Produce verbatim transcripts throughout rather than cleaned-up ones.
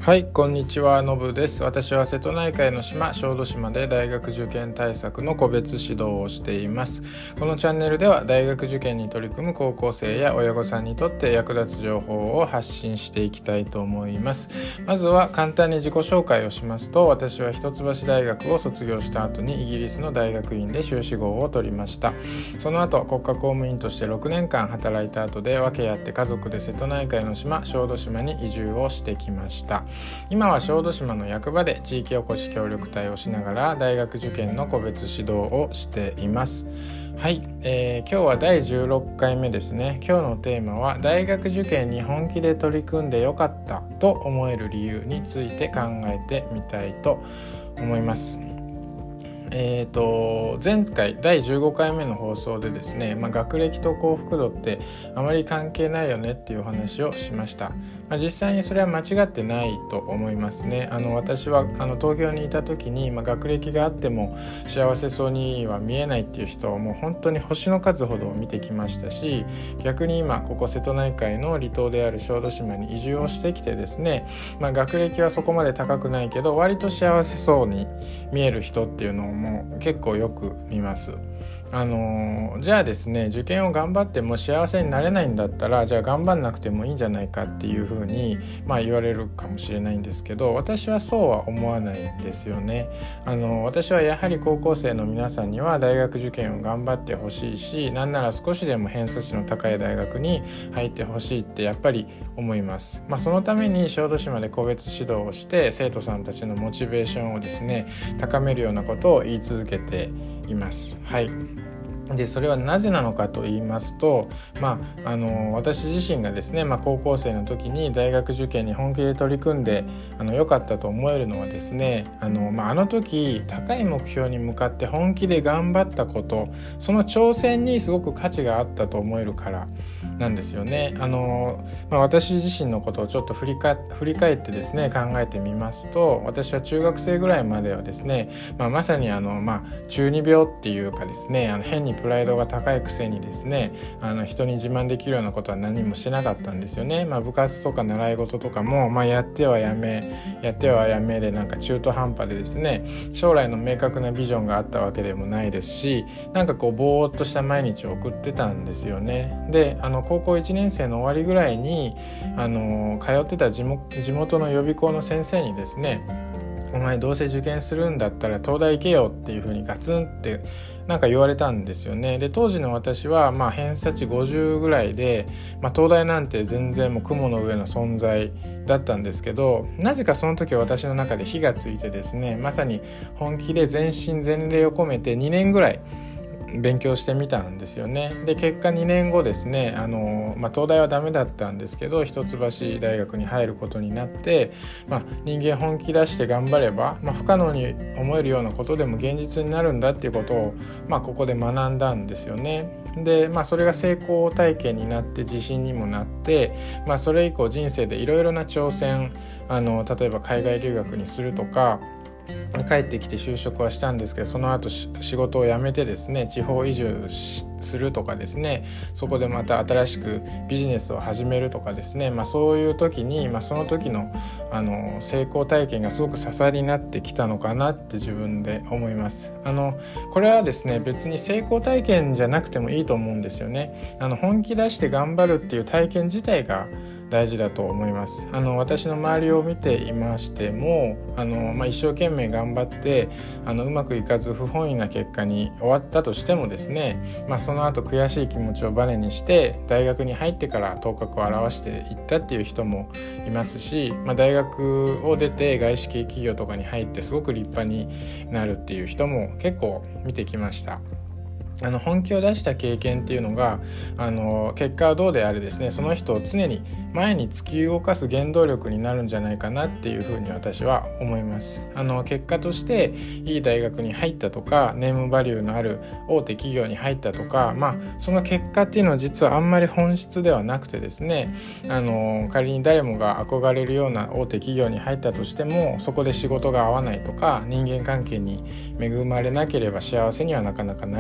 はい、こんにちは、のぶです。私は瀬戸内海の島、小豆島で大学受験対策の個別指導をしています。このチャンネルでは大学受験に取り組む高校生や親御さんにとって役立つ情報を発信していきたいと思います。まずは簡単に自己紹介をしますと、私は一橋大学を卒業した後にイギリスの大学院で修士号を取りました。その後国家公務員としてろくねんかん働いた後で訳あって家族で瀬戸内海の島、小豆島に移住をしてきました。今は小豆島の役場で地域おこし協力隊をしながら大学受験の個別指導をしています。はい、えー、今日はだいじゅうろっかいめですね。今日のテーマは大学受験に本気で取り組んでよかったと思える理由について考えてみたいと思います。えー、と前回だいじゅうごかいめの放送でですね、まあ、学歴と幸福度ってあまり関係ないよねっていうお話をしました。まあ、実際にそれは間違ってないと思いますね。あの私はあの東京にいた時に、まあ、学歴があっても幸せそうには見えないっていう人をもう本当に星の数ほど見てきましたし、逆に今ここ瀬戸内海の離島である小豆島に移住をしてきてですね、まあ、学歴はそこまで高くないけど割と幸せそうに見える人っていうのをもう結構よく見ます。あのじゃあですね、受験を頑張っても幸せになれないんだったら、じゃあ頑張んなくてもいいんじゃないかっていうふうに、まあ、言われるかもしれないんですけど、私はそうは思わないんですよね。あの私はやはり高校生の皆さんには大学受験を頑張ってほしいし、なんなら少しでも偏差値の高い大学に入ってほしいってやっぱり思います。まあ、そのために小豆島で個別指導をして生徒さんたちのモチベーションをですね高めるようなことを言い続けています。はい。でそれはなぜなのかと言いますと、まあ、あの私自身がですね、まあ、高校生の時に大学受験に本気で取り組んであの良かったと思えるのはですね、あの、まあ、あの時高い目標に向かって本気で頑張ったこと、その挑戦にすごく価値があったと思えるからなんですよね。あの、まあ、私自身のことをちょっと振りか振り返ってですね考えてみますと、私は中学生ぐらいまではですね、まあ、まさにあの、まあ、中二病っていうかですね、あの変にプライドが高いくせにですね、あの人に自慢できるようなことは何もしなかったんですよね。まあ、部活とか習い事とかも、まあ、やってはやめやってはやめでなんか中途半端でですね、将来の明確なビジョンがあったわけでもないですし、なんかこうぼーっとした毎日を送ってたんですよね。であの高校いちねん生の終わりぐらいにあの通ってた地元、地元の予備校の先生にですね、お前どうせ受験するんだったら東大行けよっていう風にガツンってなんか言われたんですよね。で当時の私はまあ偏差値ごじゅうぐらいで、まあ、東大なんて全然もう雲の上の存在だったんですけど、なぜかその時私の中で火がついてですね、まさに本気で全身全霊を込めてにねんぐらい勉強してみたんですよね。で結果にねんごですね、あの、まあ、東大はダメだったんですけど一橋大学に入ることになって、まあ、人間本気出して頑張れば、まあ、不可能に思えるようなことでも現実になるんだっていうことを、まあ、ここで学んだんですよね。で、まあ、それが成功体験になって自信にもなって、まあ、それ以降人生でいろいろな挑戦、あの例えば海外留学にするとか、帰ってきて就職はしたんですけど、その後仕事を辞めてですね地方移住するとかですね、そこでまた新しくビジネスを始めるとかですね、まあ、そういう時に、まあ、その時の、あの成功体験がすごく支えになってきたのかなって自分で思います。あのこれはですね別に成功体験じゃなくてもいいと思うんですよね。あの本気出して頑張るっていう体験自体が大事だと思います。あの私の周りを見ていましても、あの、まあ、一生懸命頑張ってあのうまくいかず不本意な結果に終わったとしてもですね、まあ、その後悔しい気持ちをバネにして大学に入ってから頭角を現していったっていう人もいますし、まあ、大学を出て外資系企業とかに入ってすごく立派になるっていう人も結構見てきました。あの本気を出した経験っていうのがあの結果はどうであれですね、その人を常に前に突き動かす原動力になるんじゃないかなっていうふうに私は思います。あの結果としていい大学に入ったとかネームバリューのある大手企業に入ったとか、まあその結果っていうのは実はあんまり本質ではなくてですね、あの仮に誰もが憧れるような大手企業に入ったとしてもそこで仕事が合わないとか人間関係に恵まれなければ幸せにはなかなかなれないです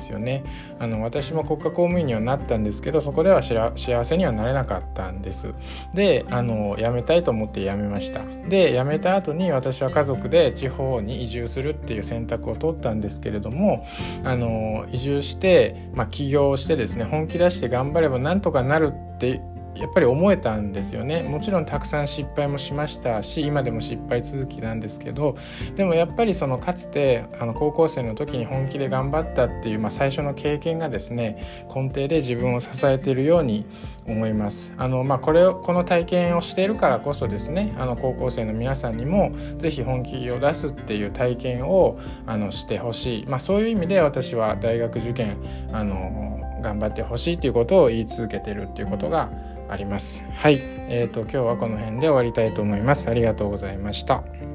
ですよね。あの私も国家公務員にはなったんですけど、そこでは幸せにはなれなかったんです。であの辞めたいと思って辞めました。で辞めた後に私は家族で地方に移住するっていう選択を取ったんですけれども、あの移住して、まあ、起業してですね、本気出して頑張ればなんとかなるってやっぱり思えたんですよね。もちろんたくさん失敗もしましたし、今でも失敗続きなんですけど、でもやっぱりそのかつてあの高校生の時に本気で頑張ったっていう、まあ、最初の経験がですね、根底で自分を支えているように思います。あの、まあ、これをこの体験をしているからこそですね、あの高校生の皆さんにもぜひ本気を出すっていう体験をあのしてほしい、まあ、そういう意味で私は大学受験あの頑張ってほしいということを言い続けているっていうことがあります。はい、えーと、今日はこの辺で終わりたいと思います。ありがとうございました。